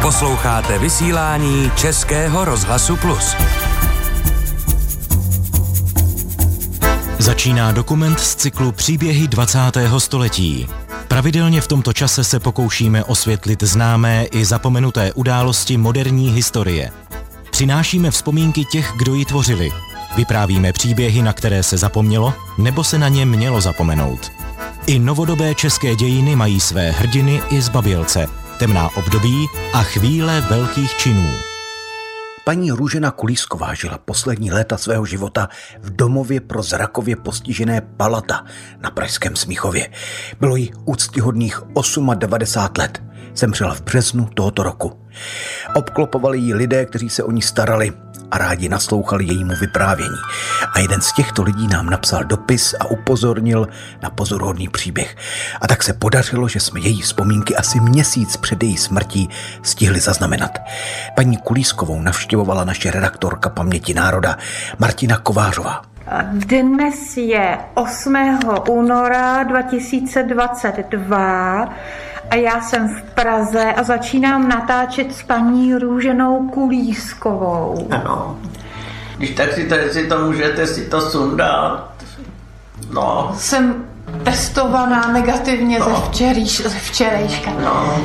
Posloucháte vysílání Českého rozhlasu Plus. Začíná dokument z cyklu Příběhy 20. století. Pravidelně v tomto čase se pokoušíme osvětlit známé i zapomenuté události moderní historie. Přinášíme vzpomínky těch, kdo ji tvořili. Vyprávíme příběhy, na které se zapomnělo, nebo se na ně mělo zapomenout. I novodobé české dějiny mají své hrdiny i zbabělce, temná období a chvíle velkých činů. Paní Růžena Kulísková žila poslední léta svého života v domově pro zrakově postižené Palata na pražském Smíchově. Bylo jí úctyhodných 98 let. Zemřela v březnu tohoto roku. Obklopovali ji lidé, kteří se o ní starali a rádi naslouchali jejímu vyprávění. A jeden z těchto lidí nám napsal dopis a upozornil na pozoruhodný příběh. A tak se podařilo, že jsme její vzpomínky asi měsíc před její smrtí stihli zaznamenat. Paní Kulískovou navštěvovala naše redaktorka Paměti národa Martina Kovářová. Dnes je 8. února 2022 a já jsem v Praze a začínám natáčet s paní Růženou Kulískovou. Ano. Když tak si to můžete si to sundat. No. Jsem testovaná negativně ze včerejška. No.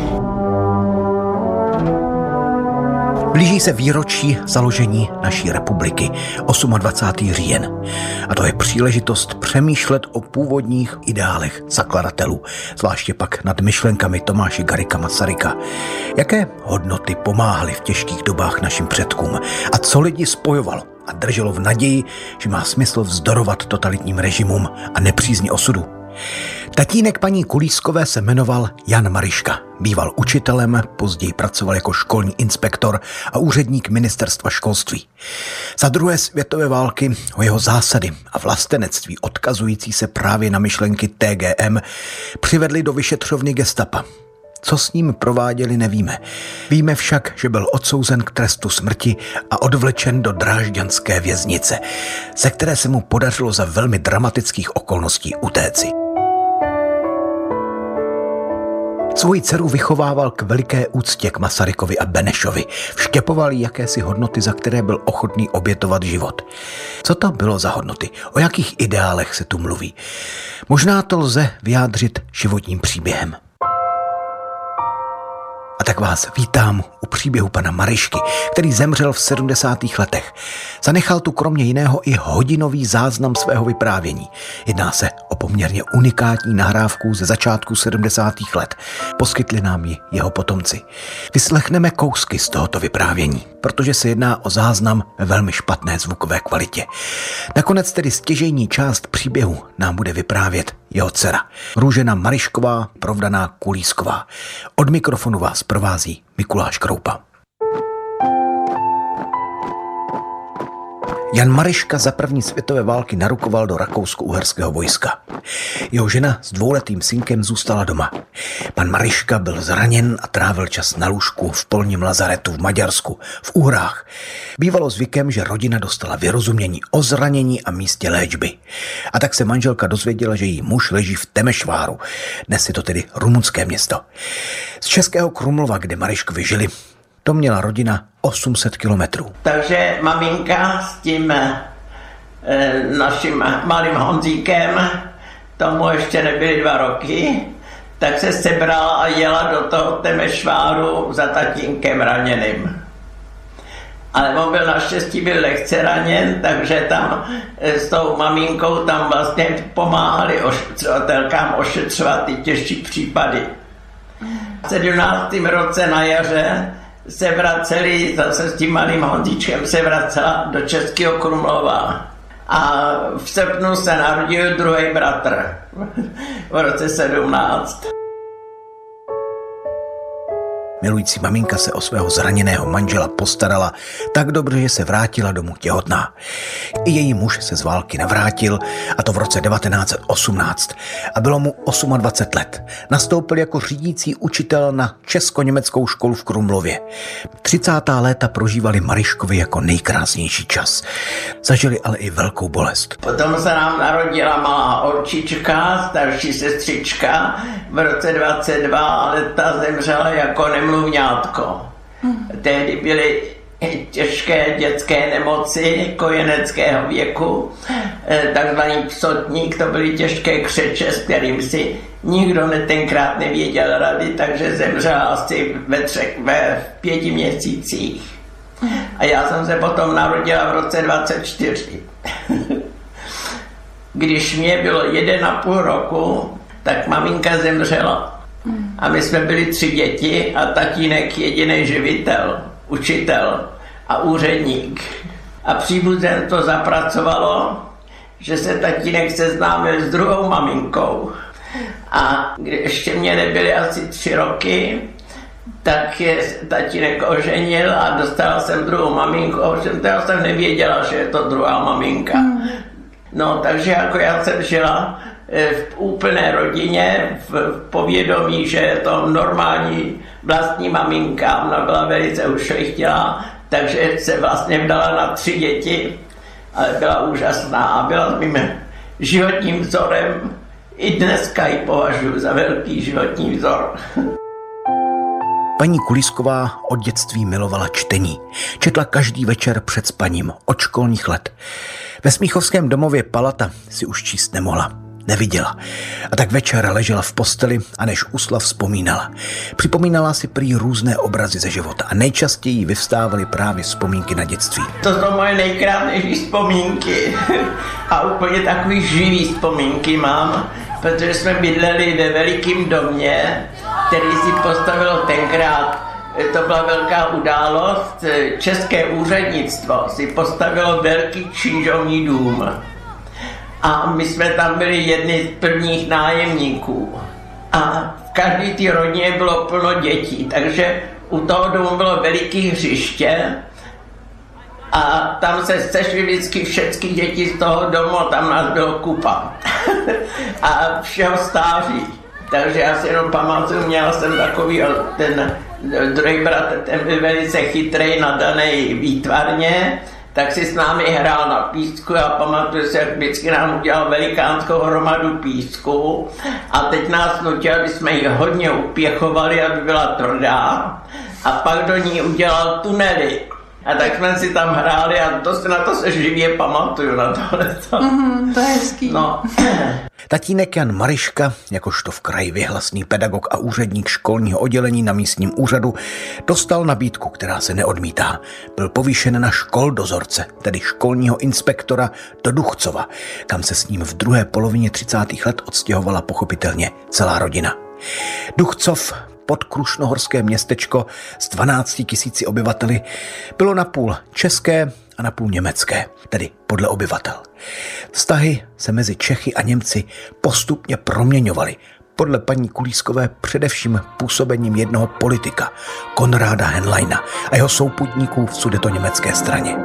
Blíží se výročí založení naší republiky, 28. říjen. A to je příležitost přemýšlet o původních ideálech zakladatelů, zvláště pak nad myšlenkami Tomáše Garrigua Masaryka. Jaké hodnoty pomáhaly v těžkých dobách našim předkům a co lidi spojovalo a drželo v naději, že má smysl vzdorovat totalitním režimům a nepřízni osudu. Tatínek paní Kulískové se jmenoval Jan Mariška. Býval učitelem, později pracoval jako školní inspektor a úředník ministerstva školství. Za druhé světové války o jeho zásady a vlastenectví odkazující se právě na myšlenky TGM přivedli do vyšetřovny gestapa. Co s ním prováděli, nevíme. Víme však, že byl odsouzen k trestu smrti a odvlečen do drážďanské věznice, ze které se mu podařilo za velmi dramatických okolností utéci. Svoji dceru vychovával k veliké úctě k Masarykovi a Benešovi. Vštěpoval jí jakési hodnoty, za které byl ochotný obětovat život. Co to bylo za hodnoty? O jakých ideálech se tu mluví? Možná to lze vyjádřit životním příběhem. A tak vás vítám u příběhu pana Marišky, který zemřel v 70. letech. Zanechal tu kromě jiného i hodinový záznam svého vyprávění. Jedná se o poměrně unikátní nahrávku ze začátku 70. let. Poskytli nám ji jeho potomci. Vyslechneme kousky z tohoto vyprávění, protože se jedná o záznam ve velmi špatné zvukové kvalitě. Nakonec tedy stěžejní část příběhu nám bude vyprávět jeho dcera, Růžena Marišková, provdaná Kulísková. Od mikrofonu vás provází Mikuláš Kroupa. Jan Mariška za první světové války narukoval do rakousko-uherského vojska. Jeho žena s dvouletým synkem zůstala doma. Pan Mariška byl zraněn a trávil čas na lůžku v polním lazaretu v Maďarsku, v Uhrách. Bývalo zvykem, že rodina dostala vyrozumění o zranění a místě léčby. A tak se manželka dozvěděla, že její muž leží v Temešváru. Dnes je to tedy rumunské město. Z Českého Krumlova, kde Mariškovi žili, to měla rodina 800 kilometrů. Takže maminka s tím naším malým Honzíkem, tomu ještě nebyly 2 roky, tak se sebrala a jela do toho Temešváru za tatínkem raněným. Ale on byl naštěstí lehce raněn, takže tam s tou maminkou tam vlastně pomáhali ošetřovatelkám ošetřovat ty těžší případy. V 17. roce na jaře se vraceli, zase s tím malým Honzíčkem se vracela do Českého Krumlova. A v srpnu se narodil druhý bratr v roce 17. Milující maminka se o svého zraněného manžela postarala tak dobře, že se vrátila domů těhotná. I její muž se z války navrátil, a to v roce 1918, a bylo mu 28 let. Nastoupil jako řídící učitel na česko-německou školu v Krumlově. 30. léta prožívali Mariškovi jako nejkrásnější čas. Zažili ale i velkou bolest. Potom se nám narodila malá holčička, starší sestřička v roce 22, ale ta zemřela jako nemluvňátko. Tehdy byly těžké dětské nemoci kojeneckého věku, takzvaný psotník, to byly těžké křeče, s kterým si nikdo tenkrát nevěděl rady, takže zemřel asi ve 5 měsících. A já jsem se potom narodila v roce 24. Když mě bylo 1,5 roku, tak maminka zemřela. A my jsme byli 3 děti a tatínek jediný živitel, učitel a úředník. A příbuzen to zapracovalo, že se tatínek seznámil s druhou maminkou. A když ještě mě nebyly asi 3 roky, tak je tatínek oženil a dostala jsem druhou maminku. Ovšem já jsem nevěděla, že je to druhá maminka. No, takže jako já jsem žila v úplné rodině, v povědomí, že je to normální vlastní maminka. Ona byla velice ušlechtilá, takže se vlastně vdala na 3 děti, ale byla úžasná a byla mým životním vzorem. I dneska ji považuji za velký životní vzor. Paní Kulísková od dětství milovala čtení. Četla každý večer před spaním, od školních let. Ve smíchovském domově Palata si už číst nemohla. Neviděla. A tak večer ležela v posteli a než usla vzpomínala. Připomínala si prý různé obrazy ze života a nejčastěji vyvstávaly právě vzpomínky na dětství. To jsou moje nejkrásnější vzpomínky. A úplně takový živý vzpomínky mám, protože jsme bydleli ve velikém domě, který si postavilo tenkrát, to byla velká událost, české úřednictvo si postavilo velký činžovní dům. A my jsme tam byli jedni z prvních nájemníků. A v každé té rodině bylo plno dětí, takže u toho domu bylo veliké hřiště a tam se sešly vždycky všechny děti z toho domu a tam nás bylo kupa. A všeho stáří. Takže já si jenom pamatuju, měl jsem takový ten druhý bratr, ten byl velice chytrý, nadaný výtvarně, tak si s námi hrál na písku a pamatuju se, jak vždycky nám udělal velikánskou hromadu písku a teď nás nutil, aby jsme ji hodně upěchovali, aby byla tvrdá a pak do ní udělal tunely. A tak jsme si tam hráli a na to se živě pamatuju, na tohleto. To je hezký. No. Tatínek Jan Mariška, jakožto v kraji vyhlasný pedagog a úředník školního oddělení na místním úřadu, dostal nabídku, která se neodmítá. Byl povýšen na školdozorce, tedy školního inspektora do Duchcova, kam se s ním v druhé polovině 30. let odstěhovala pochopitelně celá rodina. Duchcov, podkrušnohorské městečko s 12 000 obyvateli, bylo napůl české a napůl německé, tedy podle obyvatel. Vztahy se mezi Čechy a Němci postupně proměňovaly, podle paní Kulískové především působením jednoho politika, Konráda Henleina a jeho souputníků v sudetoněmecké straně.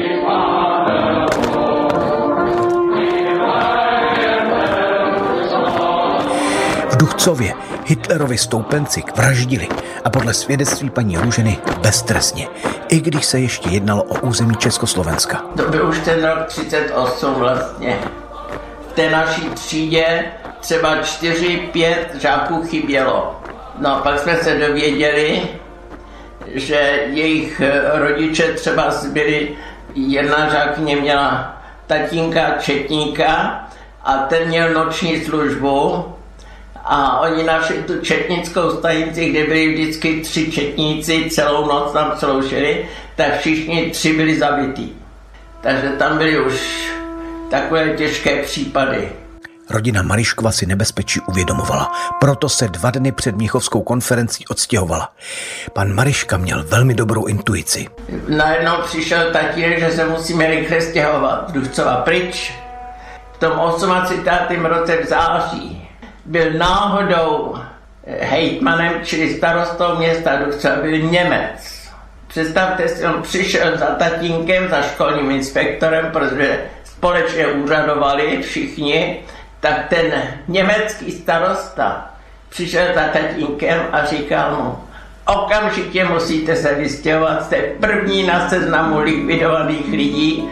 V Duchcově Hitlerovi stoupenci vraždili a podle svědectví paní Růženy beztrestně, i když se ještě jednalo o území Československa. To byl už ten rok 38 vlastně. V té naší třídě třeba 4-5 žáků chybělo. No a pak jsme se dověděli, že jejich rodiče třeba byli, jedna žákyně měla tatínka četníka a ten měl noční službu. A oni našli tu četnickou stanici, kde byli vždycky 3 četníci, celou noc tam sloužili, tak všichni 3 byli zabití. Takže tam byly už takové těžké případy. Rodina Mariškova si nebezpečí uvědomovala, proto se 2 dny před Mnichovskou konferencí odstěhovala. Pan Mariška měl velmi dobrou intuici. Najednou přišel tatínek, že se musíme rychle stěhovat z Duchcova pryč. V tom 38. roce v září byl náhodou hejtmanem, čili starostou města Duchcova, byl Němec. Představte si, on přišel za tatínkem, za školním inspektorem, protože společně úřadovali všichni, tak ten německý starosta přišel za tatínkem a říkal mu: okamžitě musíte se vystěhovat, jste první na seznamu likvidovaných lidí.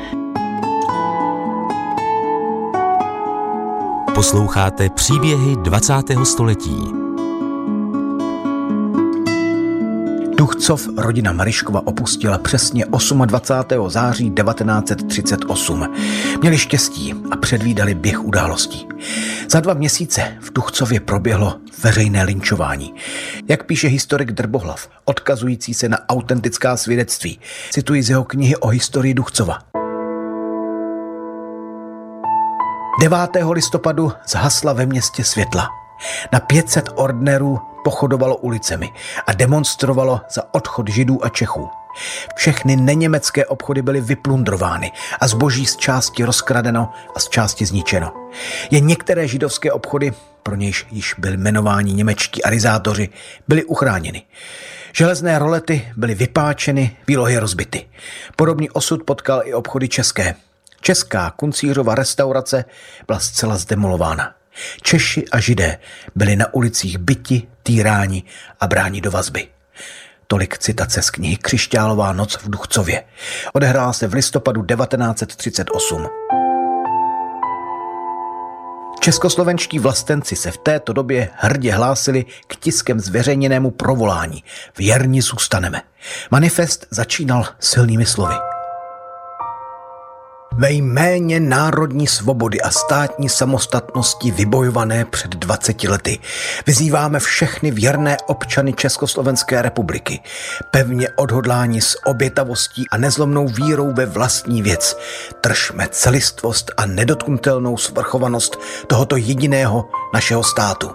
Posloucháte příběhy 20. století. Duchcov rodina Maryškova opustila přesně 28. září 1938. Měli štěstí a předvídali běh událostí. Za 2 měsíce v Duchcově proběhlo veřejné lynčování. Jak píše historik Drbohlav, odkazující se na autentická svědectví, cituji z jeho knihy o historii Duchcova. 9. listopadu zhasla ve městě světla. Na 500 ordnerů pochodovalo ulicemi a demonstrovalo za odchod Židů a Čechů. Všechny neněmecké obchody byly vyplundrovány a zboží z části rozkradeno a z části zničeno. Jen některé židovské obchody, pro nějž již byli jmenováni němečtí arizátoři, byly uchráněny. Železné rolety byly vypáčeny, výlohy rozbity. Podobný osud potkal i obchody české. Česká Kuncířova restaurace byla zcela zdemolována. Češi a Židé byli na ulicích byti, týráni a bráni do vazby. Tolik citace z knihy Křišťálová noc v Duchcově. Odehrála se v listopadu 1938. Českoslovenští vlastenci se v této době hrdě hlásili k tiskem zveřejněnému provolání Věrni zůstaneme. Manifest začínal silnými slovy. Ve jméně národní svobody a státní samostatnosti vybojované před 20 lety vyzýváme všechny věrné občany Československé republiky, pevně odhodláni s obětavostí a nezlomnou vírou ve vlastní věc. Držme celistvost a nedotknutelnou svrchovanost tohoto jediného našeho státu.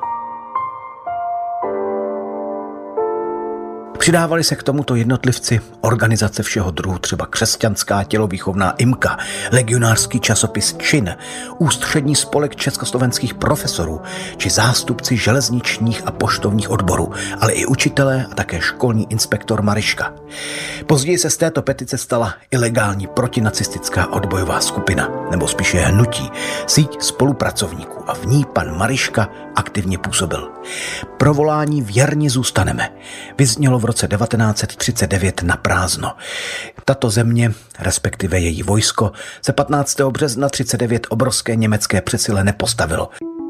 Přidávali se k tomuto jednotlivci organizace všeho druhu, třeba křesťanská tělovýchovná IMKA, legionářský časopis Čin, ústřední spolek československých profesorů či zástupci železničních a poštovních odborů, ale i učitelé a také školní inspektor Maryška. Později se z této petice stala ilegální protinacistická odbojová skupina, nebo spíše hnutí, síť spolupracovníků a v ní pan Maryška aktivně působil. Provolání Věrni zůstaneme vyznělo v roce 1939 na prázdno. Tato země, respektive její vojsko, se 15. března 1939 obrovské německé přesile nepostavilo.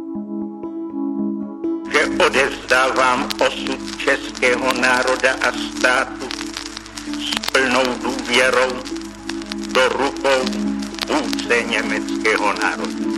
Že odevzdávám osud českého národa a státu s plnou důvěrou do rukou vůdce německého národa.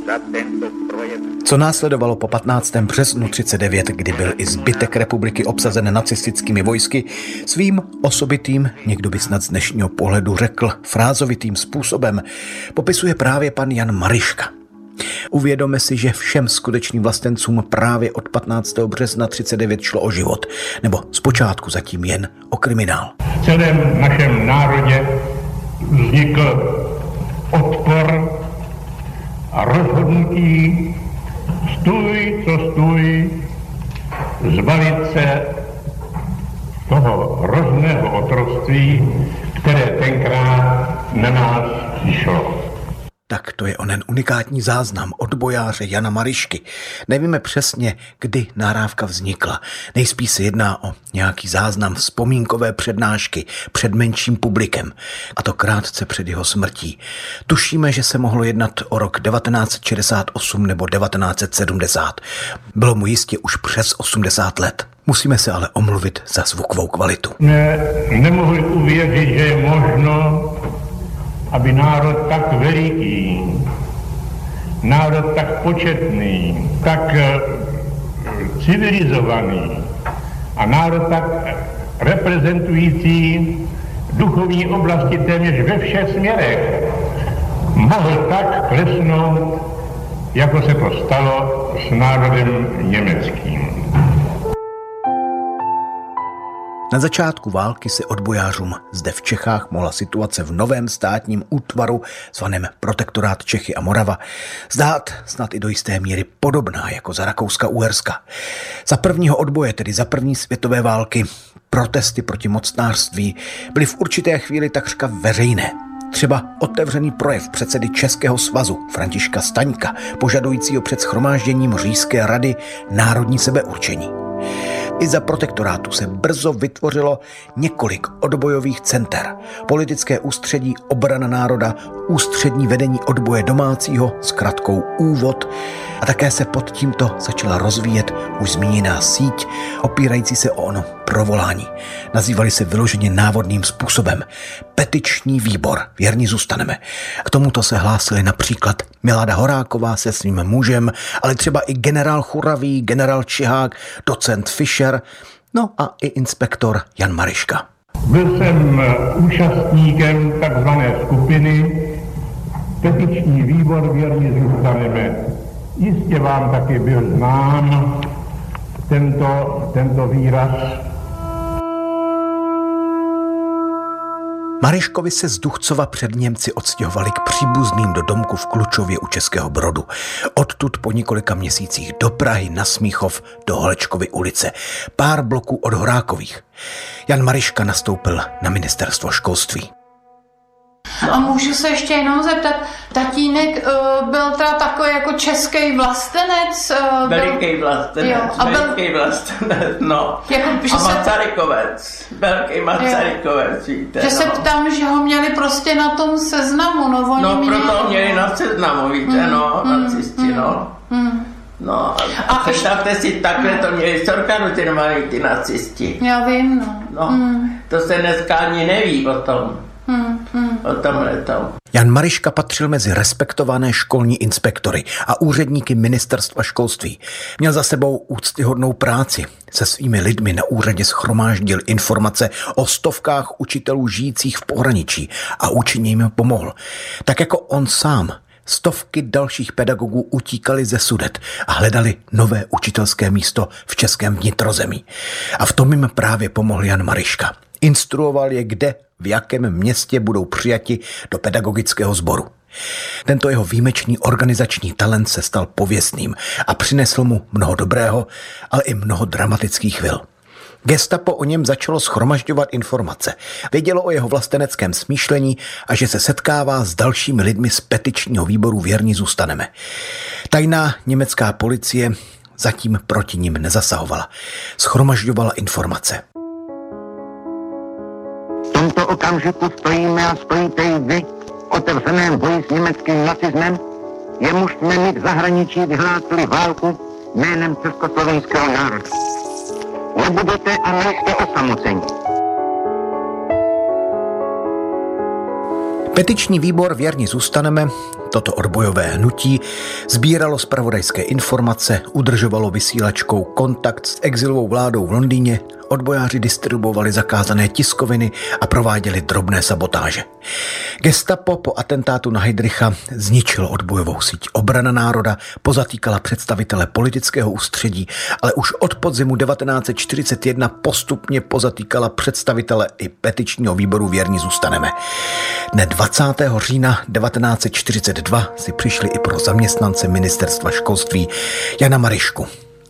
Co následovalo po 15. březnu 1939, kdy byl i zbytek republiky obsazen nacistickými vojsky, svým osobitým, někdo by snad z dnešního pohledu řekl frázovitým způsobem, popisuje právě pan Jan Maryška. Uvědomme si, že všem skutečným vlastencům právě od 15. března 1939 šlo o život, nebo zpočátku zatím jen o kriminál. V celém našem národě vznikl odpor a rozhodnutí stůj, co stůj, zbavit se toho hrozného otroctví, které tenkrát na nás přišlo. Tak to je onen unikátní záznam odbojáře Jana Maryšky. Nevíme přesně, kdy nahrávka vznikla. Nejspíš se jedná o nějaký záznam vzpomínkové přednášky před menším publikem, a to krátce před jeho smrtí. Tušíme, že se mohlo jednat o rok 1968 nebo 1970. Bylo mu jistě už přes 80 let. Musíme se ale omluvit za zvukovou kvalitu. Nemohu uvěřit, že je možno, aby národ tak veliký, národ tak početný, tak civilizovaný a národ tak reprezentující duchovní oblasti téměř ve všech směrech mohl tak klesnout, jako se to stalo s národem německým. Na začátku války se odbojářům zde v Čechách mohla situace v novém státním útvaru zvaném Protektorát Čechy a Morava zdát snad i do jisté míry podobná jako za Rakouska-Uherska. Za prvního odboje, tedy za první světové války, protesty proti mocnářství byly v určité chvíli takřka veřejné. Třeba otevřený projev předsedy Českého svazu Františka Staňka, požadujícího před shromážděním Říšské rady národní sebeurčení. I za protektorátu se brzo vytvořilo několik odbojových center. Politické ústředí Obrana národa, ústřední vedení odboje domácího s kratkou Úvod a také se pod tímto začala rozvíjet už zmíněná síť opírající se o ono provolání. Nazývali se vyloženě návodným způsobem Petiční výbor, věrní zůstaneme. K tomuto se hlásili například Miláda Horáková se svým mužem, ale třeba i generál Churavý, generál Čihák, docent Fischer, no a i inspektor Jan Mariška. Byl jsem účastníkem takzvané skupiny Petiční výbor věrní zůstaneme. Jistě vám taky byl znám tento výraz. Mariškovi se z Duchcova před Němci odstěhovali k příbuzným do domku v Klučově u Českého Brodu. Odtud po několika měsících do Prahy na Smíchov do Holečkovy ulice, pár bloků od Horákových. Jan Mariška nastoupil na ministerstvo školství. A můžu se ještě jenom zeptat, tatínek byl teda takový jako český vlastenec? Veliký vlastenec, no. Jako, a Masarykovec, velký Masarykovec, víte. Že se ptám, že ho měli prostě na tom seznamu, no oni proto měli na seznamu, víte, nacisti, No, a představte si, takhle to měli zorganizovaný ty nacisti. Já vím, To se dneska ani neví o tom. O tomhletom. Jan Mariška patřil mezi respektované školní inspektory a úředníky ministerstva školství. Měl za sebou úctyhodnou práci. Se svými lidmi na úřadě shromáždil informace o stovkách učitelů žijících v pohraničí a účinně jim pomohl. Tak jako on sám, stovky dalších pedagogů utíkali ze Sudet a hledali nové učitelské místo v českém vnitrozemí. A v tom jim právě pomohl Jan Mariška. Instruoval je, kde, v jakém městě budou přijati do pedagogického sboru. Tento jeho výjimečný organizační talent se stal pověstným a přinesl mu mnoho dobrého, ale i mnoho dramatických chvil. Gestapo o něm začalo shromažďovat informace. Vědělo o jeho vlasteneckém smýšlení a že se setkává s dalšími lidmi z petičního výboru Věrní zůstaneme. Tajná německá policie zatím proti nim nezasahovala. Shromažďovala informace. V tomto okamžiku stojíme a stojíte i vy v otevřeném boji s německým nacismem, jemuž jsme my v zahraničí vyhlásili válku jménem československého národa. Nebudete a nejste osamoceni. Petiční výbor Věrní zůstaneme, toto odbojové hnutí, sbíralo zpravodajské informace, udržovalo vysílačkou kontakt s exilovou vládou v Londýně, odbojáři distribuovali zakázané tiskoviny a prováděli drobné sabotáže. Gestapo po atentátu na Heydricha zničilo odbojovou síť Obrana národa, pozatýkala představitele politického ústředí, ale už od podzimu 1941 postupně pozatýkala představitele i petičního výboru Věrní zůstaneme. Dne 20. října 1942 si přišli i pro zaměstnance ministerstva školství Jana Marišku.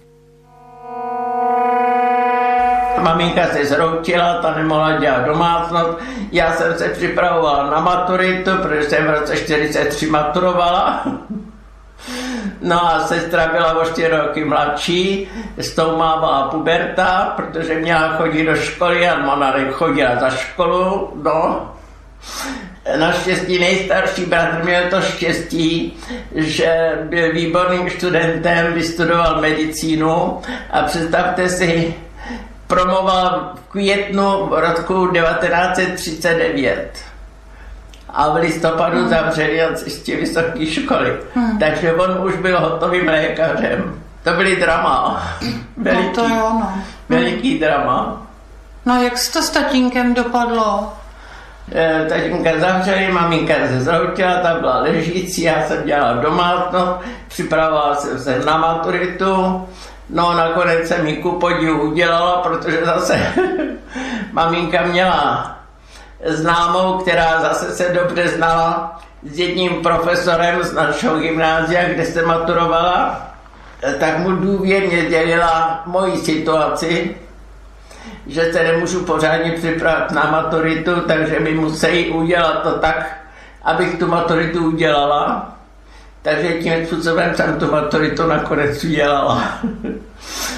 Maminka se zhroutila, ta nemohla dělat domácnost. Já jsem se připravovala na maturitu, protože jsem v roce 1943 maturovala. No a sestra byla o 4 roky mladší, s tou mávala puberta, protože měla chodit do školy a ona chodila za školu, no. Naštěstí nejstarší bratr měl to štěstí, že byl výborným studentem, vystudoval medicínu a představte si, promoval v květnu roku 1939 a v listopadu zavřeli nacisti vysoké školy. Takže on už byl hotovým lékařem. To byly drama. Veliký drama. No jak se to s tatínkem dopadlo? Tatínka zavřeli, maminka se zhroutila, ta byla ležící, já jsem dělala domácnost, připravovala jsem se na maturitu. No nakonec jsem ji ku podivu udělala, protože zase maminka měla známou, která zase se dobře znala s jedním profesorem z našeho gymnázia, kde se maturovala, tak mu důvěrně dělila moji situaci, že se nemůžu pořádně připravit na maturitu, takže mi musí udělat to tak, abych tu maturitu udělala. Takže tím způsobem jsem tu maturitu nakonec udělala.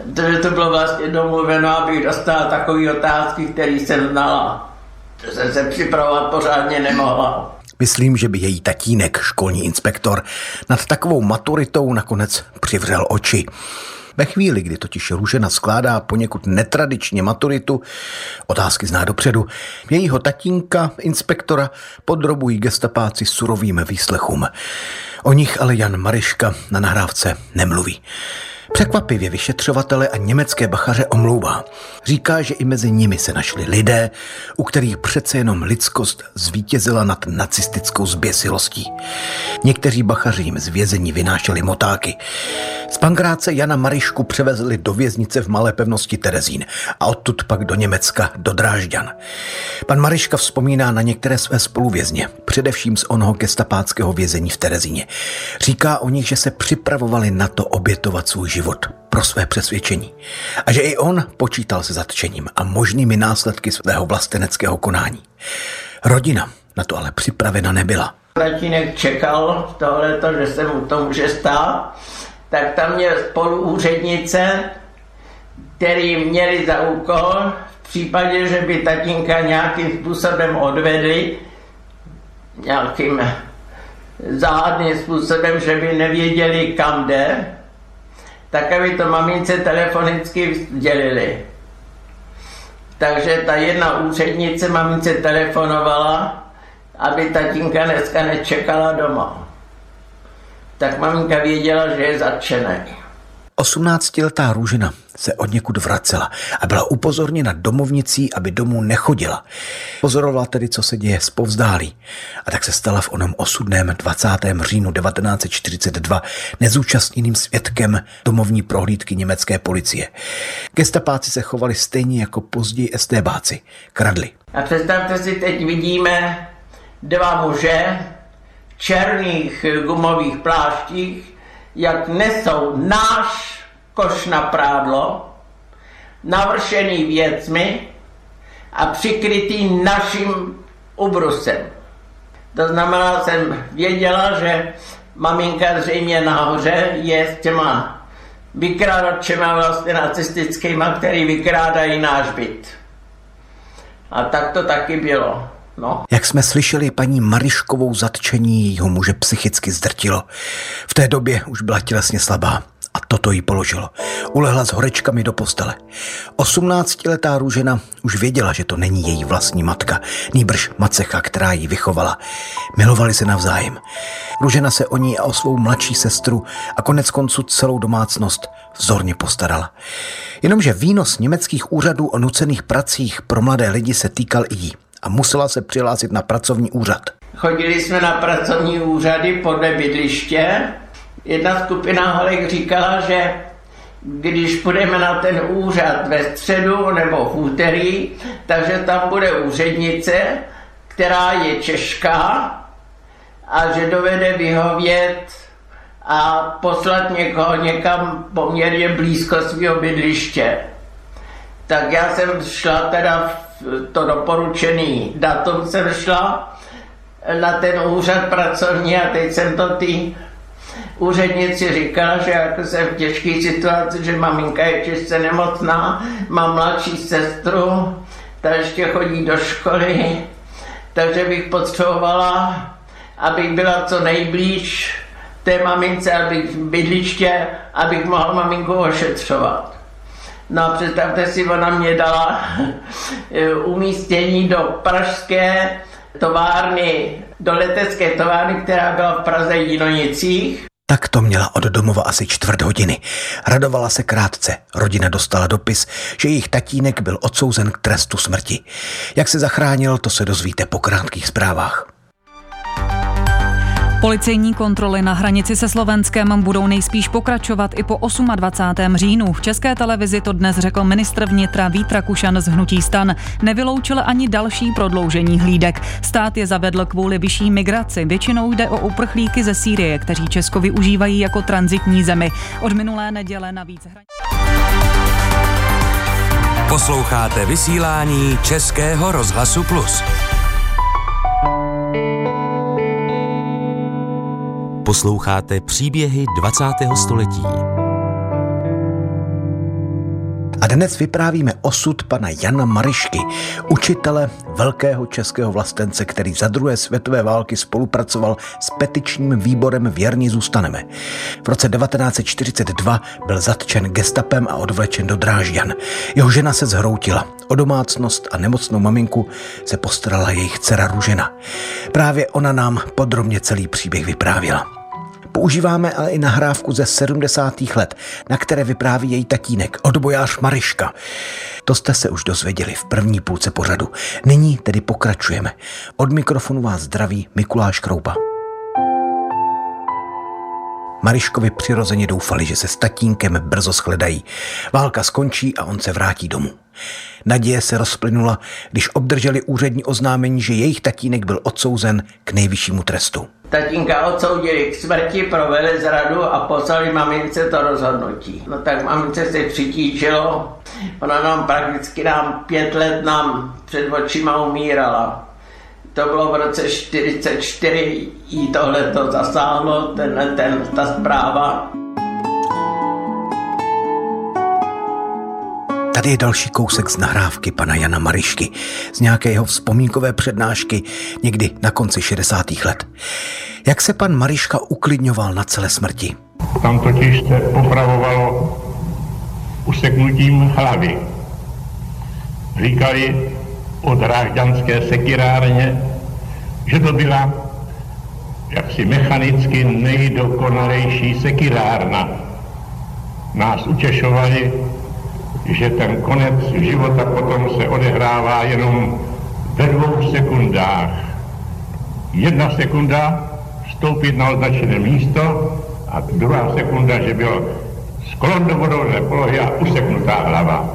protože to bylo vlastně domluveno, abych dostala takové otázky, které jsem znala. To jsem se připravovat pořádně nemohla. Myslím, že by její tatínek, školní inspektor, nad takovou maturitou nakonec přivřel oči. Ve chvíli, kdy totiž Růžena skládá poněkud netradičně maturitu, otázky zná dopředu, jejího tatínka, inspektora, podrobují gestapáci surovým výslechům. O nich ale Jan Maryška na nahrávce nemluví. Překvapivě vyšetřovatele a německé bachaře omlouvá. Říká, že i mezi nimi se našli lidé, u kterých přece jenom lidskost zvítězila nad nacistickou zběsilostí. Někteří bachaři jim z vězení vynášeli motáky. Z Pankráce Jana Maryšku převezli do věznice v malé pevnosti Terezín a odtud pak do Německa, do Drážďan. Pan Maryška vzpomíná na některé své spoluvězně, především z onoho gestapáckého vězení v Terezíně. Říká o nich, že se připravovali na to obětovat svůj život pro své přesvědčení. A že i on počítal se zatčením a možnými následky svého vlasteneckého konání. Rodina na to ale připravena nebyla. Tatínek čekal tohleto, že se mu to může stát, tak tam měl spoluúřednice, který měli za úkol v případě, že by tatínka nějakým způsobem odvedli, nějakým záhadným způsobem, že by nevěděli, kam jde, tak aby to mamince telefonicky sdělili. Takže ta jedna úřednice mamince telefonovala, aby tatínka dneska nečekala doma. Tak maminka věděla, že je zatčený. 18letá Růžena se odněkud vracela a byla upozorněna domovnicí, aby domů nechodila. Pozorovala tedy, co se děje zpovzdálí. A tak se stala v onom osudném 20. říjnu 1942 nezúčastněným svědkem domovní prohlídky německé policie. Gestapáci se chovali stejně jako později StBáci. Kradli. A představte si, teď vidíme dva muže v černých gumových pláštích, jak nesou náš koš na prádlo, navršený věcmi a přikrytý naším ubrusem. To znamená, jsem věděla, že maminka zřejmě nahoře je s těma vykrádačema vlastně nacistickýma, který vykrádají náš byt. A tak to taky bylo. No. Jak jsme slyšeli, paní Maryškovou zatčení jejího muže psychicky zdrtilo. V té době už byla tělesně slabá a toto jí položilo. Ulehla s horečkami do postele. 18letá Růžena už věděla, že to není její vlastní matka, nýbrž macecha, která ji vychovala. Milovali se navzájem. Růžena se o ní a o svou mladší sestru a konec konců celou domácnost vzorně postarala. Jenomže výnos německých úřadů o nucených pracích pro mladé lidi se týkal i jí a musela se přihlásit na pracovní úřad. Chodili jsme na pracovní úřady podle bydliště. Jedna skupina holek říkala, že když půjdeme na ten úřad ve středu nebo v úterý, takže tam bude úřednice, která je Češka a že dovede vyhovět a poslat někoho někam poměrně blízko svého bydliště. Tak já jsem šla teda to doporučený datum jsem šla na ten úřad pracovní a teď jsem to ty úřednici říkala, že jako jsem v těžké situaci, že maminka je těžce nemocná, mám mladší sestru, ta ještě chodí do školy, takže bych potřebovala, abych byla co nejblíž té mamince, abych bydliště, abych mohla maminku ošetřovat. No a představte si, ona mě dala umístění do pražské továrny, do letecké továrny, která byla v Praze Jinonicích. Tak to měla od domova asi 1/4 hodiny. Radovala se krátce. Rodina dostala dopis, že jejich tatínek byl odsouzen k trestu smrti. Jak se zachránil, to se dozvíte po krátkých zprávách. Policejní kontroly na hranici se Slovenskem budou nejspíš pokračovat i po 28. říjnu. V České televizi to dnes řekl ministr vnitra Vít Rakušan z hnutí STAN. Nevyloučil ani další prodloužení hlídek. Stát je zavedl kvůli vyšší migraci. Většinou jde o uprchlíky ze Sýrie, kteří Česko využívají jako tranzitní zemi. Od minulé neděle navíc Posloucháte vysílání Českého rozhlasu Plus. Posloucháte příběhy 20. století. dnes vyprávíme osud pana Jana Maryšky, učitele, velkého českého vlastence, který za druhé světové války spolupracoval s petičním výborem Věrní zůstaneme. V roce 1942 byl zatčen gestapem a odvlečen do Drážďan. Jeho žena se zhroutila. O domácnost a nemocnou maminku se postarala jejich dcera Růžena. Právě ona nám podrobně celý příběh vyprávěla. Používáme ale i nahrávku ze 70. let, na které vypráví její tatínek, odbojář Maryška. To jste se už dozvěděli v první půlce pořadu. Nyní tedy pokračujeme. Od mikrofonu vás zdraví Mikuláš Kroupa. Maryškovi přirozeně doufali, že se s tatínkem brzo shledají. Válka skončí a on se vrátí domů. Naděje se rozplynula, když obdrželi úřední oznámení, že jejich tatínek byl odsouzen k nejvyššímu trestu. Tatínka odsoudili k smrti pro velezradu a poslali mamince to rozhodnutí. No tak mamince se přitížilo, ona nám prakticky 5 let před očima umírala. To bylo v roce 1944, jí tohleto zasáhlo, ta zpráva. Tady je další kousek z nahrávky pana Jana Maryšky, z nějaké jeho vzpomínkové přednášky někdy na konci 60. let. Jak se pan Maryška uklidňoval na celé smrti? Tam totiž se popravovalo useknutím hlavy. Říkali o drážďanské sekirárně, že to byla jaksi mechanicky nejdokonalejší sekirárna. Nás utěšovali, že ten konec života potom se odehrává jenom ve 2 sekundách. 1 sekunda vstoupit na označené místo a 2 sekunda, že byl sklon do vodovodné polohy a useknutá hlava.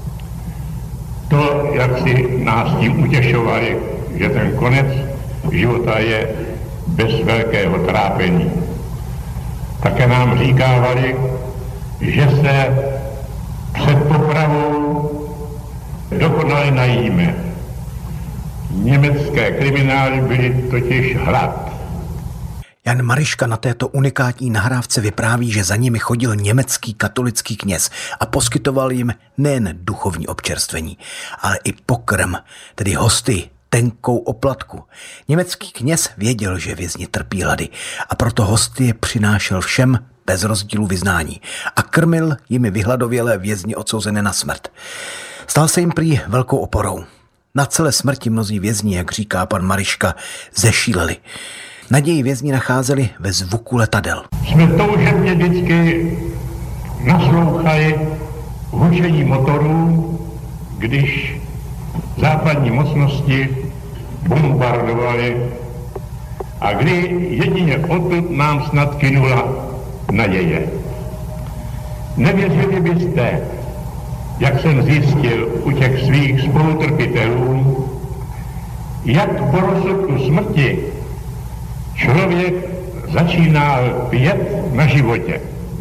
To, jak si nás tím utěšovali, že ten konec života je bez velkého trápení. Také nám říkávali, že se před popravou dokonale najíme. Německé kriminály byly totiž hlad. Jan Maryška na této unikátní nahrávce vypráví, že za nimi chodil německý katolický kněz a poskytoval jim nejen duchovní občerstvení, ale i pokrm, tedy hosty, tenkou oplatku. Německý kněz věděl, že vězni trpí hlady a proto hosty přinášel všem bez rozdílu vyznání a krmil jimi vyhladovělé vězni odsouzené na smrt. Stal se jim prý velkou oporou. Na celé smrti mnozí vězni, jak říká pan Maryška, zešíleli. Naději vězni nacházeli ve zvuku letadel. Jsme toužebně vždycky naslouchali hučení motorů, když západní mocnosti bombardovali a kdy jedině odtud nám snad kynula naděje. Nevěřili byste, jak jsem zjistil u těch svých spolutrpitelů, jak po rozsudku smrti člověk začíná lpět na životě.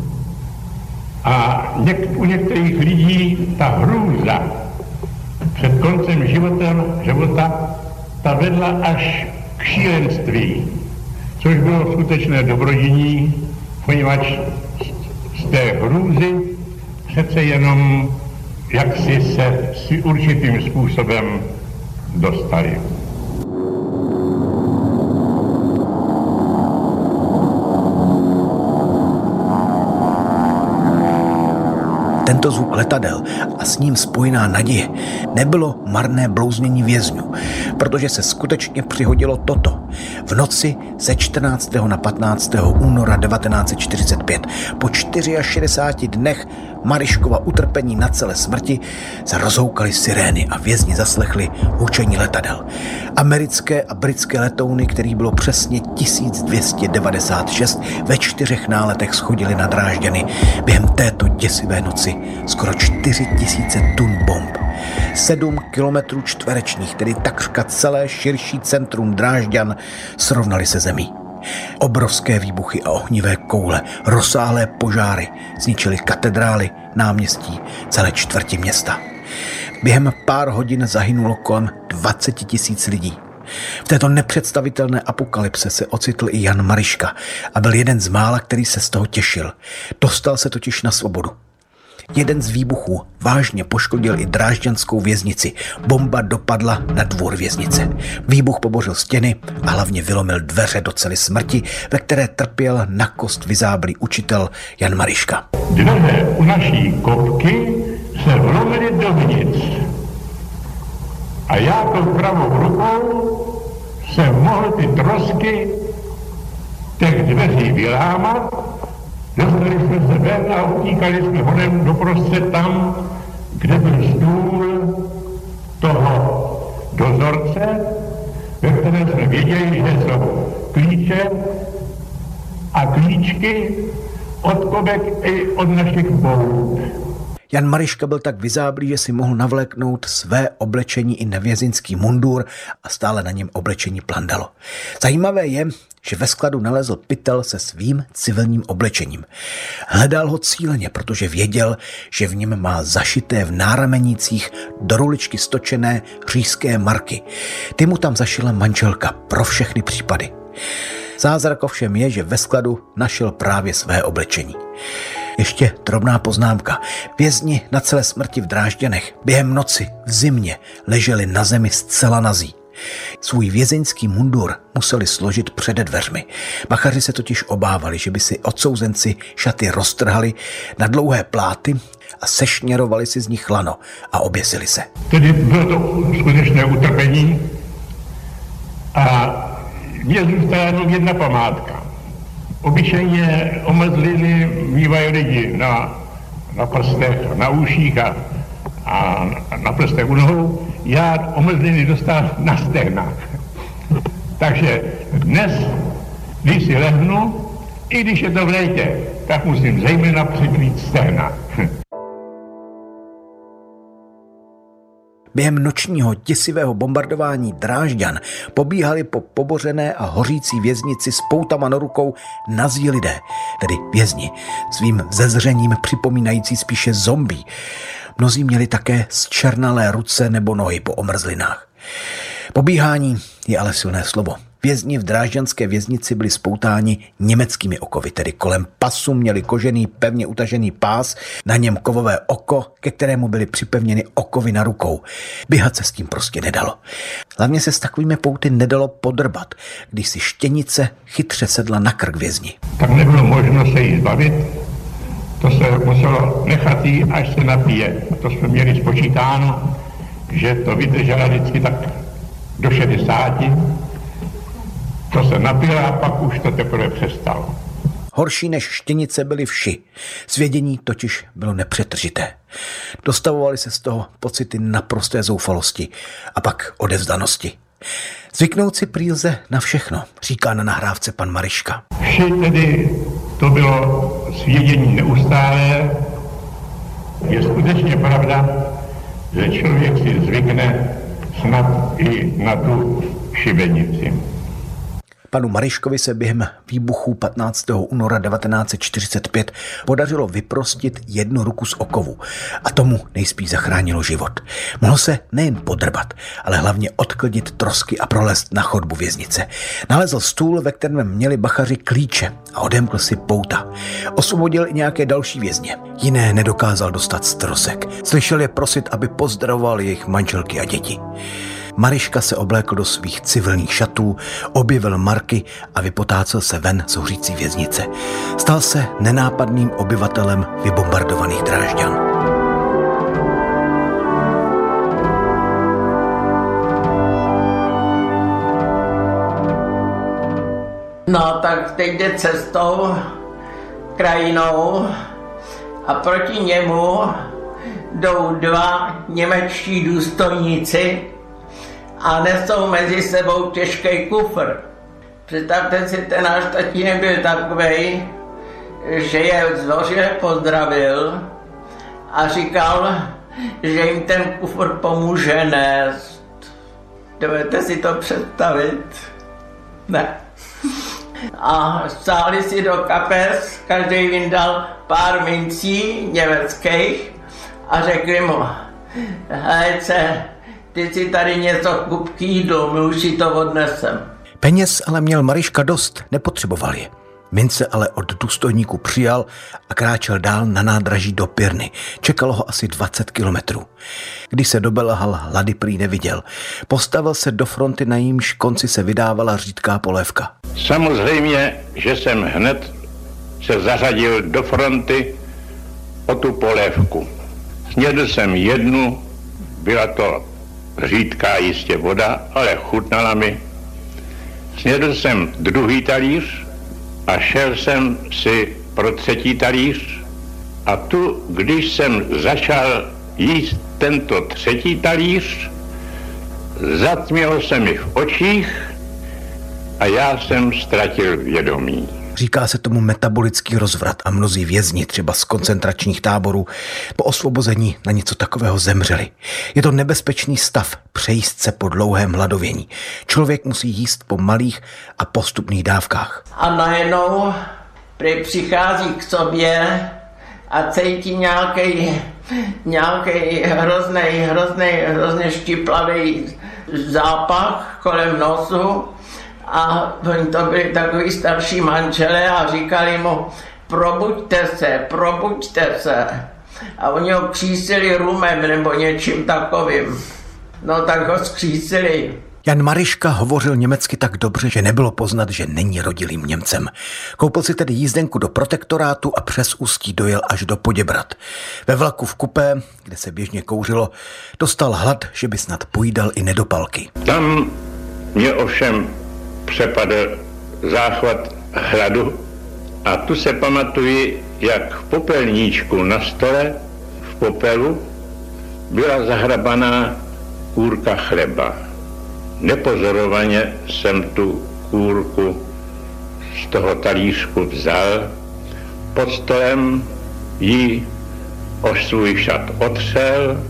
A u některých lidí ta hrůza před koncem života ta vedla až k šílenství, což bylo skutečné dobrodění, poněvadž z té hrůzy přece jenom jaksi se si určitým způsobem dostali. Tento zvuk letadel a s ním spojená naděje nebylo marné blouznění vězňů, protože se skutečně přihodilo toto. V noci ze 14. na 15. února 1945 po 64 dnech Maryškova utrpení na celé smrti se rozhoukaly sirény a vězni zaslechli hučení letadel. Americké a britské letouny, kterých bylo přesně 1296, ve 4 náletech schodili na Drážďany. Během této děsivé noci skoro 4000 tun bomb. 7 kilometrů čtverečních, tedy takřka celé širší centrum Drážďan, srovnali se zemí. Obrovské výbuchy a ohnivé koule, rozsáhlé požáry zničily katedrály, náměstí, celé čtvrti města. Během pár hodin zahynulo kolem 20 000 lidí. V této nepředstavitelné apokalypse se ocitl i Jan Maryška a byl jeden z mála, který se z toho těšil. Dostal se totiž na svobodu. Jeden z výbuchů vážně poškodil i drážďanskou věznici. Bomba dopadla na dvůr věznice. Výbuch pobořil stěny a hlavně vylomil dveře do cely smrti, ve které trpěl na kost vyzáblý učitel Jan Mariška. Dveře u naší kopky se vlomily dovnitř. A já tou pravou rukou jsem mohl ty trosky těch dveří vylámat. Dostali jsme se ven a utíkali jsme honem doprostřed tam, kde byl stůl toho dozorce, ve kterém jsme věděli, že jsou klíče a klíčky od kobek i od našich bout. Jan Mariška byl tak vyzáblý, že si mohl navléknout své oblečení i nevězinský mundur a stále na něm oblečení plandalo. Zajímavé je, že ve skladu nalezl pytel se svým civilním oblečením. Hledal ho cíleně, protože věděl, že v něm má zašité v náramenících do ruličky stočené říšské marky. Ty mu tam zašila manželka pro všechny případy. Zázrak ovšem je, že ve skladu našel právě své oblečení. Ještě drobná poznámka. Vězni na celé smrti v Drážďanech během noci v zimě leželi na zemi zcela nazí. Svůj vězeňský mundur museli složit před dveřmi. Bachaři se totiž obávali, že by si odsouzenci šaty roztrhali na dlouhé pláty a sešněrovali si z nich lano a oběsili se. Tedy bylo to skutečné utrpení a mně zůstala jenom jedna památka. Obyčejně omrzliny mývají lidi na prstech, na uších a na prstech u nohou. Já omrzliny dostal na stehnách. Takže dnes, když si lehnu, i když je to v létě, tak musím zejména přikrýt stehna. Během nočního děsivého bombardování Drážďan pobíhali po pobořené a hořící věznici s poutama na rukou nazí lidé, tedy vězni, svým zezřením připomínající spíše zombie. Mnozí měli také zčernalé ruce nebo nohy po omrzlinách. Pobíhání je ale silné slovo. Vězni v drážďanské věznici byli spoutáni německými okovy, tedy kolem pasu měli kožený pevně utažený pás, na něm kovové oko, ke kterému byly připevněny okovy na rukou. Běhat se s tím prostě nedalo. Hlavně se s takovými pouty nedalo podrbat, když si štěnice chytře sedla na krk vězni. Tak nebylo možno se jí zbavit, to se muselo nechat jí, až se napije. To jsme měli spočítáno, že to vydržela vždycky tak do 60. To se napila a pak už to teprve přestalo. Horší než štěnice byly vši. Svědění totiž bylo nepřetržité. Dostavovaly se z toho pocity naprosté zoufalosti a pak odevzdanosti. Zvyknout si prý lze na všechno, říká na nahrávce pan Mariška. Vši tedy to bylo svědění neustálé. Je skutečně pravda, že člověk si zvykne snad i na tu šibenici. Panu Mariškovi se během výbuchu 15. února 1945 podařilo vyprostit jednu ruku z okovu a tomu nejspíš zachránilo život. Mohl se nejen podrbat, ale hlavně odklidit trosky a prolézt na chodbu věznice. Nalezl stůl, ve kterém měli bachaři klíče a odemkl si pouta. Osvobodil i nějaké další vězně. Jiné nedokázal dostat z trosek. Slyšel je prosit, aby pozdravoval jejich manželky a děti. Mariška se oblékl do svých civilních šatů, objevil marky a vypotácel se ven z hořící věznice. Stal se nenápadným obyvatelem vybombardovaných Drážďan. No tak teď jde cestou, krajinou a proti němu jdou dva němečtí důstojníci a nesou mezi sebou těžký kufr. Představte si, ten náš tatínek byl takovej, že je zdvořile pozdravil a říkal, že jim ten kufr pomůže nést. Dovedete si to představit? Ne. A stáli si do kapes, každý vyndal pár mincí německých a řekli mu, hejce, ty si tady něco kup k jídlu, my už si to odnesem. Peněz ale měl Mariška dost, nepotřeboval je. Mince ale od důstojníků přijal a kráčel dál na nádraží do Pirny. Čekalo ho asi 20 kilometrů. Když se dobelhal, hlady prý neviděl. Postavil se do fronty, na jímž konci se vydávala řídká polévka. Samozřejmě, že jsem hned se zařadil do fronty o tu polévku. Snědl jsem jednu, byla to řídká jistě voda, ale chutnala mi. Snědl jsem druhý talíř a šel jsem si pro třetí talíř. A tu, když jsem začal jíst tento třetí talíř, zatmělo se mi v očích a já jsem ztratil vědomí. Říká se tomu metabolický rozvrat a mnozí vězni, třeba z koncentračních táborů, po osvobození na něco takového zemřeli. Je to nebezpečný stav, přejíst se po dlouhém hladovění. Člověk musí jíst po malých a postupných dávkách. A najednou přichází k sobě a cítí nějaký hrozný štiplavý zápach kolem nosu. A oni to byli takový starší manželé a říkali mu, probuďte se. A oni ho křísili rumem nebo něčím takovým. No tak ho skřísili. Jan Maryška hovořil německy tak dobře, že nebylo poznat, že není rodilým Němcem. Koupil si tedy jízdenku do protektorátu a přes Ústí dojel až do Poděbrad. Ve vlaku v kupé, kde se běžně kouřilo, dostal hlad, že by snad pojídal i nedopalky. Tam mě ovšem přepadl záchvat hladu a tu se pamatuji, jak v popelníčku na stole v popelu byla zahrabaná kůrka chleba. Nepozorovaně jsem tu kůrku z toho talířku vzal, pod stolem ji o svůj šat otřel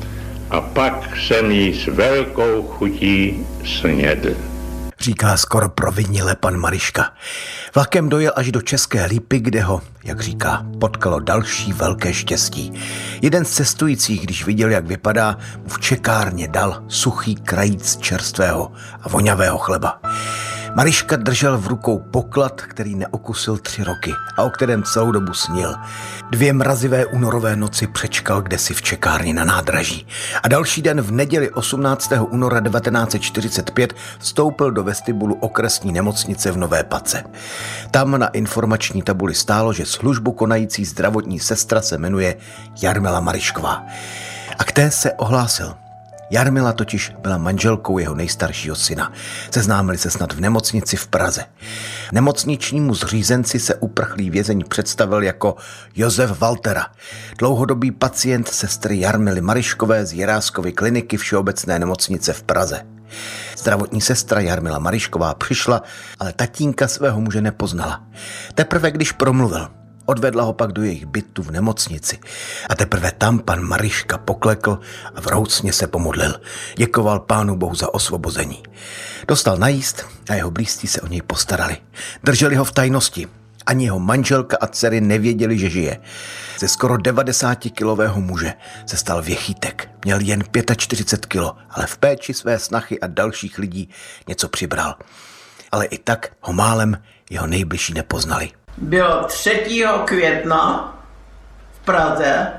a pak jsem ji s velkou chutí snědl. Říká skoro provinile pan Maryška. Vlakem dojel až do České Lípy, kde ho, jak říká, potkalo další velké štěstí. Jeden z cestujících, když viděl, jak vypadá, mu v čekárně dal suchý krajíc čerstvého a vonavého chleba. Maryška držel v rukou poklad, který neokusil 3 roky a o kterém celou dobu snil. 2 mrazivé únorové noci přečkal kdesi v čekárně na nádraží. A další den v neděli 18. února 1945 vstoupil do vestibulu okresní nemocnice v Nové Pace. Tam na informační tabuli stálo, že službu konající zdravotní sestra se jmenuje Jarmila Maryšková. A k té se ohlásil. Jarmila totiž byla manželkou jeho nejstaršího syna. Seznámili se snad v nemocnici v Praze. Nemocničnímu zřízenci se uprchlý vězeň představil jako Josef Waltera, dlouhodobý pacient sestry Jarmily Maryškové z Jiráskovy kliniky Všeobecné nemocnice v Praze. Zdravotní sestra Jarmila Maryšková přišla, ale tatínka svého muže nepoznala. Teprve když promluvil, odvedla ho pak do jejich bytu v nemocnici a teprve tam pan Maryška poklekl a vroucně se pomodlil. Děkoval Pánu Bohu za osvobození. Dostal najíst a jeho blízcí se o něj postarali. Drželi ho v tajnosti. Ani jeho manželka a dcery nevěděli, že žije. Ze skoro 90-kilového muže se stal věchýtek. Měl jen 45 kilo, ale v péči své snachy a dalších lidí něco přibral. Ale i tak ho málem jeho nejbližší nepoznali. Bylo 3. května v Praze.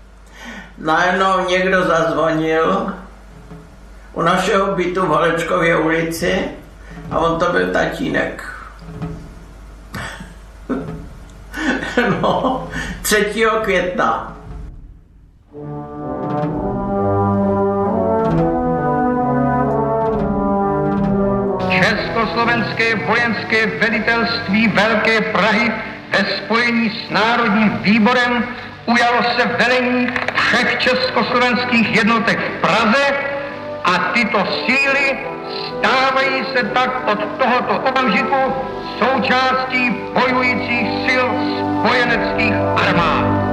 Najednou někdo zazvonil u našeho bytu v Holečkově ulici a on to byl tatínek. No, 3. května. Československé vojenské velitelství Velké Prahy ve spojení s Národním výborem ujalo se velení všech československých jednotek v Praze a tyto síly stávají se tak od tohoto okamžiku součástí bojujících sil spojeneckých armád.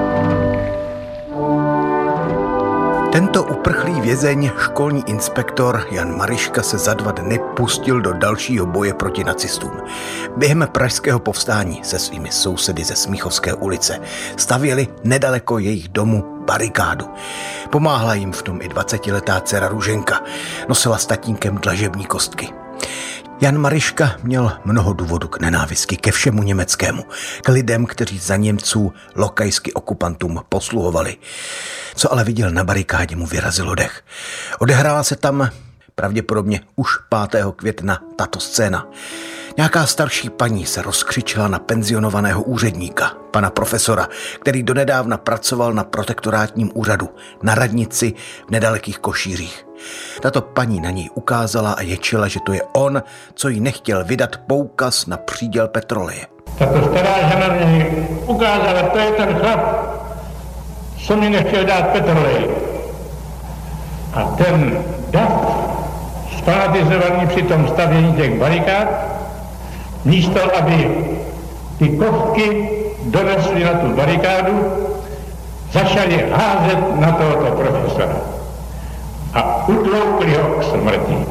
Tento uprchlý vězeň, školní inspektor Jan Maryška se za 2 dny pustil do dalšího boje proti nacistům. Během pražského povstání se svými sousedy ze Smíchovské ulice stavěli nedaleko jejich domu barikádu. Pomáhla jim v tom i 20letá dcera Růženka. Nosila s tatínkem dlažební kostky. Jan Maryška měl mnoho důvodů k nenávisti ke všemu německému, k lidem, kteří za Němců lokajsky okupantům posluhovali. Co ale viděl na barikádě, mu vyrazilo dech. Odehrála se tam pravděpodobně už 5. května tato scéna. Nějaká starší paní se rozkřičela na penzionovaného úředníka, pana profesora, který donedávna pracoval na protektorátním úřadu, na radnici v nedalekých Košířích. Tato paní na něj ukázala a ječila, že to je on, co jí nechtěl vydat poukaz na příděl petroleje. Tato stará žena mě ukázala, to je ten chlap, co mi nechtěl dát petrolej. A ten dav, sfanatizovaný při tom stavění těch barikád, místo, aby ty kovky donesli na tu barikádu, začali házet na tohoto profesora. A utloukli ho k smrti.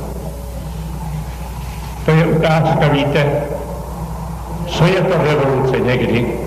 To je ukázka, víte, co je to revoluce někdy.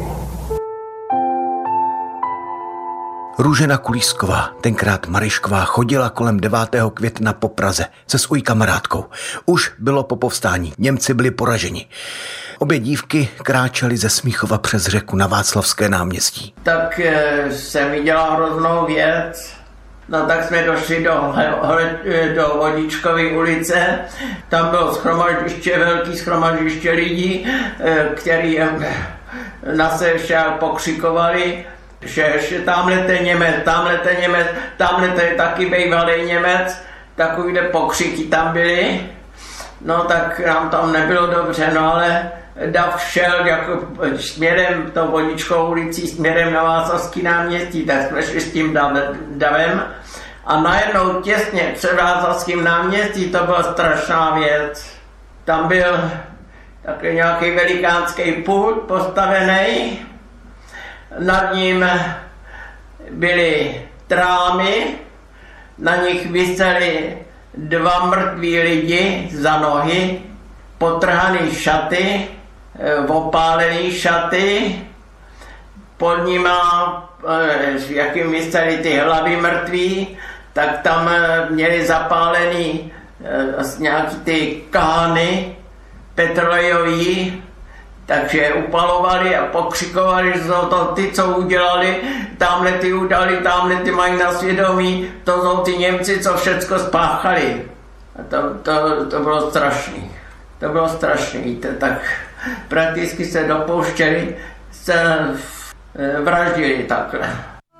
Růžena Kulísková, tenkrát Maryšková, chodila kolem 9. května po Praze se svojí kamarádkou. Už bylo po povstání, Němci byli poraženi. Obě dívky kráčely ze Smíchova přes řeku na Václavské náměstí. Tak jsem viděla hroznou věc. No tak jsme došli do Vodičkovy ulice. Tam bylo velké shromaždiště lidí, který na se pokřikovali, že tamhle je Němec, tamhle je taky bývalý Němec. Takovýhle pokřiky tam byly. No tak nám tam nebylo dobře, no ale dav šel jako směrem tou Vodičkovou ulicí, směrem na Václavský náměstí, tak jsme šli s tím davem. A najednou těsně před Václavským náměstí to byla strašná věc. Tam byl takový nějaký velikánský pult postavený, nad ním byly trámy, na nich visely 2 mrtví lidi za nohy, potrhaný šaty, opálený šaty, pod nima, jakým visely ty hlavy mrtví, tak tam měli zapálený nějaký ty kány petrolejový, takže upalovali a pokřikovali, že jsou to ty, co udělali, tamhle ty udali, tamhle ty mají na svědomí, to jsou ty Němci, co všecko spáchali. A to bylo strašný. To bylo strašný, víte, tak prakticky se dopouštěli, se vraždili takhle.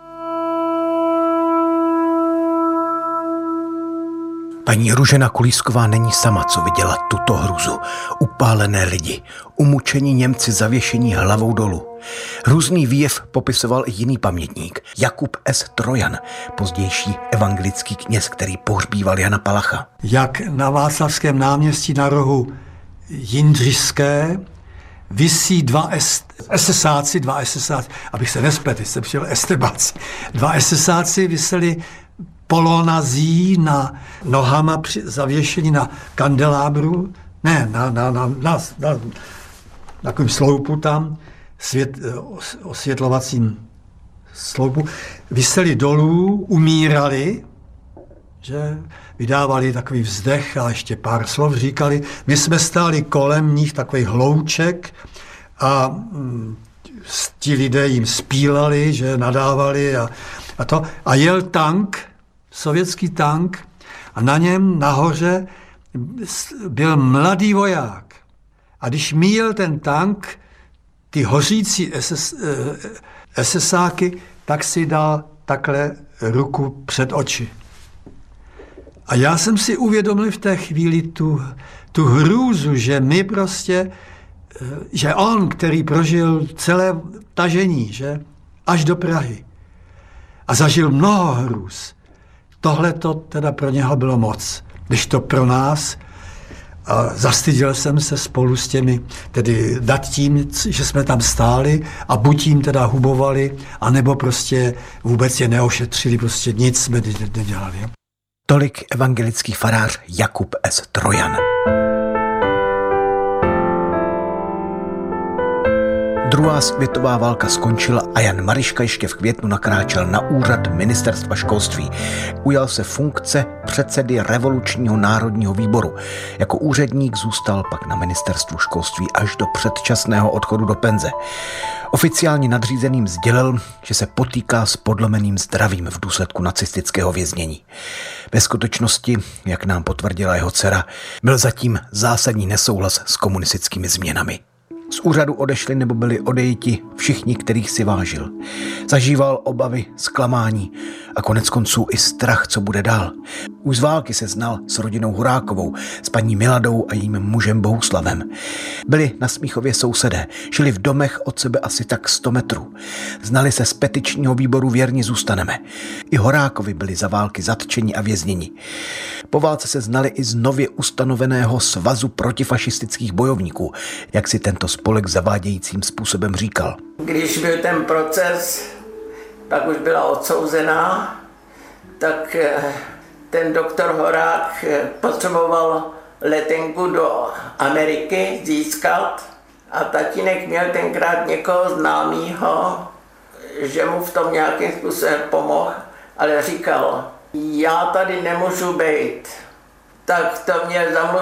Paní Růžena Kulísková není sama, co viděla tuto hruzu. Upálené lidi, umučení Němci zavěšení hlavou dolů. Hrůzný výjev popisoval i jiný pamětník, Jakub S. Trojan, pozdější evangelický kněz, který pohřbíval Jana Palacha. Jak na Václavském náměstí na rohu Jindřišské visí dva SSáci, abych se nespletl, jsem přijel estebáci. 2 SSáci viseli polonazí na nohama zavěšení na kandelábru, ne, na takovým sloupu tam, osvětlovacím sloupu, viseli dolů, umírali, že vydávali takový vzdech a ještě pár slov říkali. My jsme stáli kolem nich, takový hlouček a ti lidé jim spílali, že nadávali a to. A jel tank, sovětský tank, a na něm nahoře byl mladý voják. A když míjel ten tank, ty hořící SSáky, tak si dal takhle ruku před oči. A já jsem si uvědomil v té chvíli tu hrůzu, že my prostě, že on, který prožil celé tažení, že, až do Prahy a zažil mnoho hrůz, tohle to teda pro něho bylo moc. Když to pro nás, zastyděl jsem se spolu s těmi, tedy dát tím, že jsme tam stáli a buď jim teda hubovali, anebo prostě vůbec je neošetřili, prostě nic jsme nedělali. Tolik evangelický farář Jakub S. Trojan. Druhá světová válka skončila a Jan Maryška ještě v květnu nakráčel na úřad ministerstva školství. Ujal se funkce předsedy Revolučního národního výboru. Jako úředník zůstal pak na ministerstvu školství až do předčasného odchodu do penze. Oficiálně nadřízeným sdělil, že se potýká s podlomeným zdravím v důsledku nacistického věznění. Ve skutečnosti, jak nám potvrdila jeho dcera, byl zatím zásadní nesouhlas s komunistickými změnami. Z úřadu odešli nebo byli odejiti všichni, kterých si vážil. Zažíval obavy, zklamání a koneckonců i strach, co bude dál. Už z války se znal s rodinou Horákovou, s paní Miladou a jejím mužem Bohuslavem. Byli na Smíchově sousedé, žili v domech od sebe asi tak 100 metrů. Znali se z petičního výboru Věrni zůstaneme. I Horákovi byli za války zatčeni a vězněni. Po válce se znali i z nově ustanoveného svazu protifašistických bojovníků, jak si tento spolek zavádějícím způsobem říkal. Když byl ten proces, pak už byla odsouzená, tak ten doktor Horák potřeboval letenku do Ameriky získat a tatínek měl tenkrát někoho známýho, že mu v tom nějakým způsobem pomohl, ale říkal, já tady nemůžu být. Tak to měl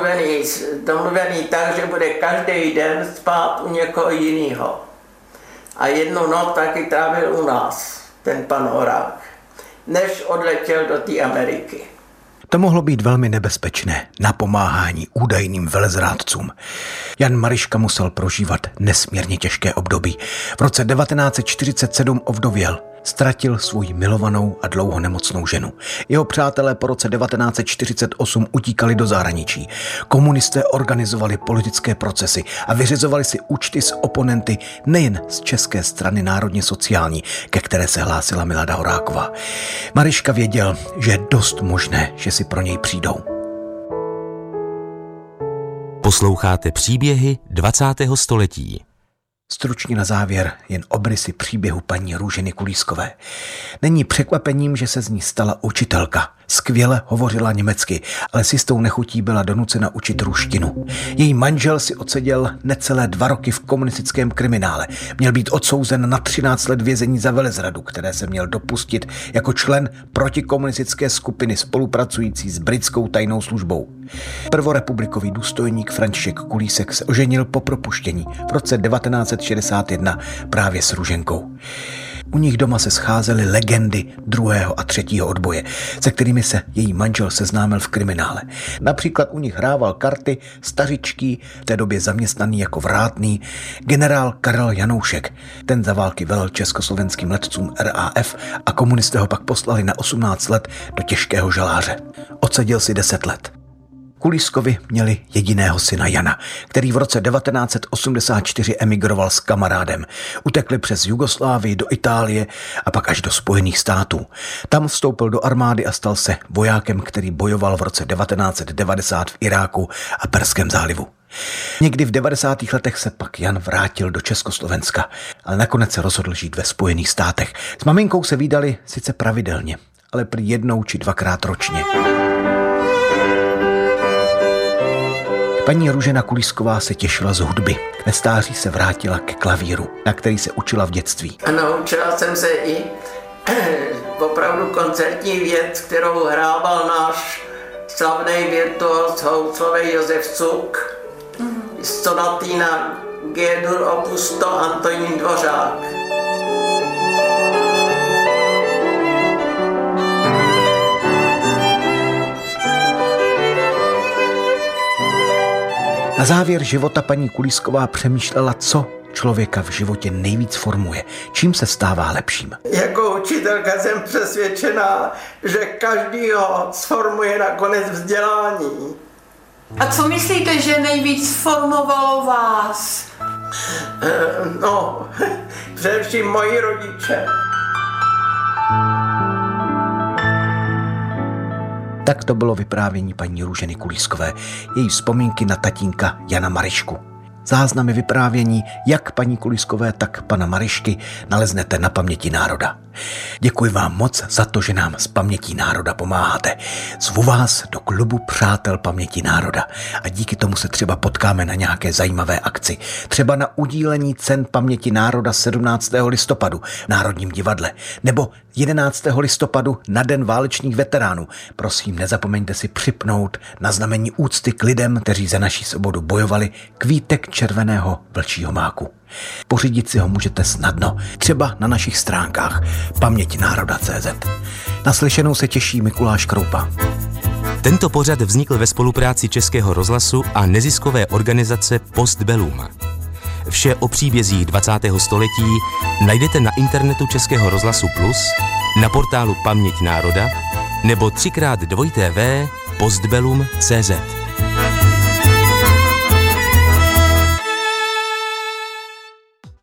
domluvený tak, že bude každý den spát u někoho jiného. A jednu noc taky trávil u nás, ten pan Horák, než odletěl do té Ameriky. To mohlo být velmi nebezpečné napomáhání údajným velezrádcům. Jan Mariška musel prožívat nesmírně těžké období. V roce 1947 ovdověl. Ztratil svou milovanou a dlouho nemocnou ženu. Jeho přátelé po roce 1948 utíkali do zahraničí. Komunisté organizovali politické procesy a vyřizovali si účty s oponenty nejen z české strany národně sociální, ke které se hlásila Milada Horáková. Mariška věděl, že je dost možné, že si pro něj přijdou. Posloucháte příběhy 20. století. Stručně na závěr jen obrysy příběhu paní Růženy Kulískové. Není překvapením, že se z ní stala učitelka. Skvěle hovořila německy, ale s jistou nechutí byla donucena učit ruštinu. Její manžel si odseděl necelé 2 roky v komunistickém kriminále. Měl být odsouzen na 13 let vězení za velezradu, které se měl dopustit jako člen protikomunistické skupiny spolupracující s britskou tajnou službou. Prvorepublikový důstojník František Kulísek se oženil po propuštění v roce 1961 právě s Růženkou. U nich doma se scházely legendy 2. a 3. odboje, se kterými se její manžel seznámil v kriminále. Například u nich hrával karty stařičký, v té době zaměstnaný jako vrátný, generál Karel Janoušek. Ten za války velel československým letcům RAF a komunisté ho pak poslali na 18 let do těžkého žaláře. Odseděl si 10 let. Kulískovi měli jediného syna Jana, který v roce 1984 emigroval s kamarádem. Utekli přes Jugoslávii do Itálie a pak až do Spojených států. Tam vstoupil do armády a stal se vojákem, který bojoval v roce 1990 v Iráku a Perském zálivu. Někdy v 90. letech se pak Jan vrátil do Československa, ale nakonec se rozhodl žít ve Spojených státech. S maminkou se vídali sice pravidelně, ale prý 1 či 2krát ročně. Paní Růžena Kulísková se těšila z hudby. Ve stáří se vrátila ke klavíru, na který se učila v dětství. A naučila jsem se i opravdu koncertní věc, kterou hrával náš slavný virtuóz houslový Josef Cuk. Sonaty na G-dur opus 100 Antonín Dvořák. Na závěr života paní Kulísková přemýšlela, co člověka v životě nejvíc formuje, čím se stává lepším. Jako učitelka jsem přesvědčená, že každýho sformuje nakonec vzdělání. A co myslíte, že nejvíc formovalo vás? No, především moji rodiče. Tak to bylo vyprávění paní Růženy Kulískové, její vzpomínky na tatínka Jana Marišku. záznamy vyprávění jak paní Kuliskové, tak pana Maryšky naleznete na Paměti národa. Děkuji vám moc za to, že nám s Pamětí národa pomáháte. Zvu vás do klubu Přátel Paměti národa a díky tomu se třeba potkáme na nějaké zajímavé akci. Třeba na udílení cen Paměti národa 17. listopadu v Národním divadle nebo 11. listopadu na Den válečných veteránů. Prosím, nezapomeňte si připnout na znamení úcty k lidem, kteří za naši svobodu bojovali, kvítek červeného vlčího máku. Pořídit si ho můžete snadno, třeba na našich stránkách pamětnároda.cz. Naslyšenou se těší Mikuláš Kroupa. Tento pořad vznikl ve spolupráci Českého rozhlasu a neziskové organizace Postbellum. Vše o příbězích 20. století najdete na internetu Českého rozhlasu Plus, na portálu Paměť národa nebo 3x2tv postbellum.cz.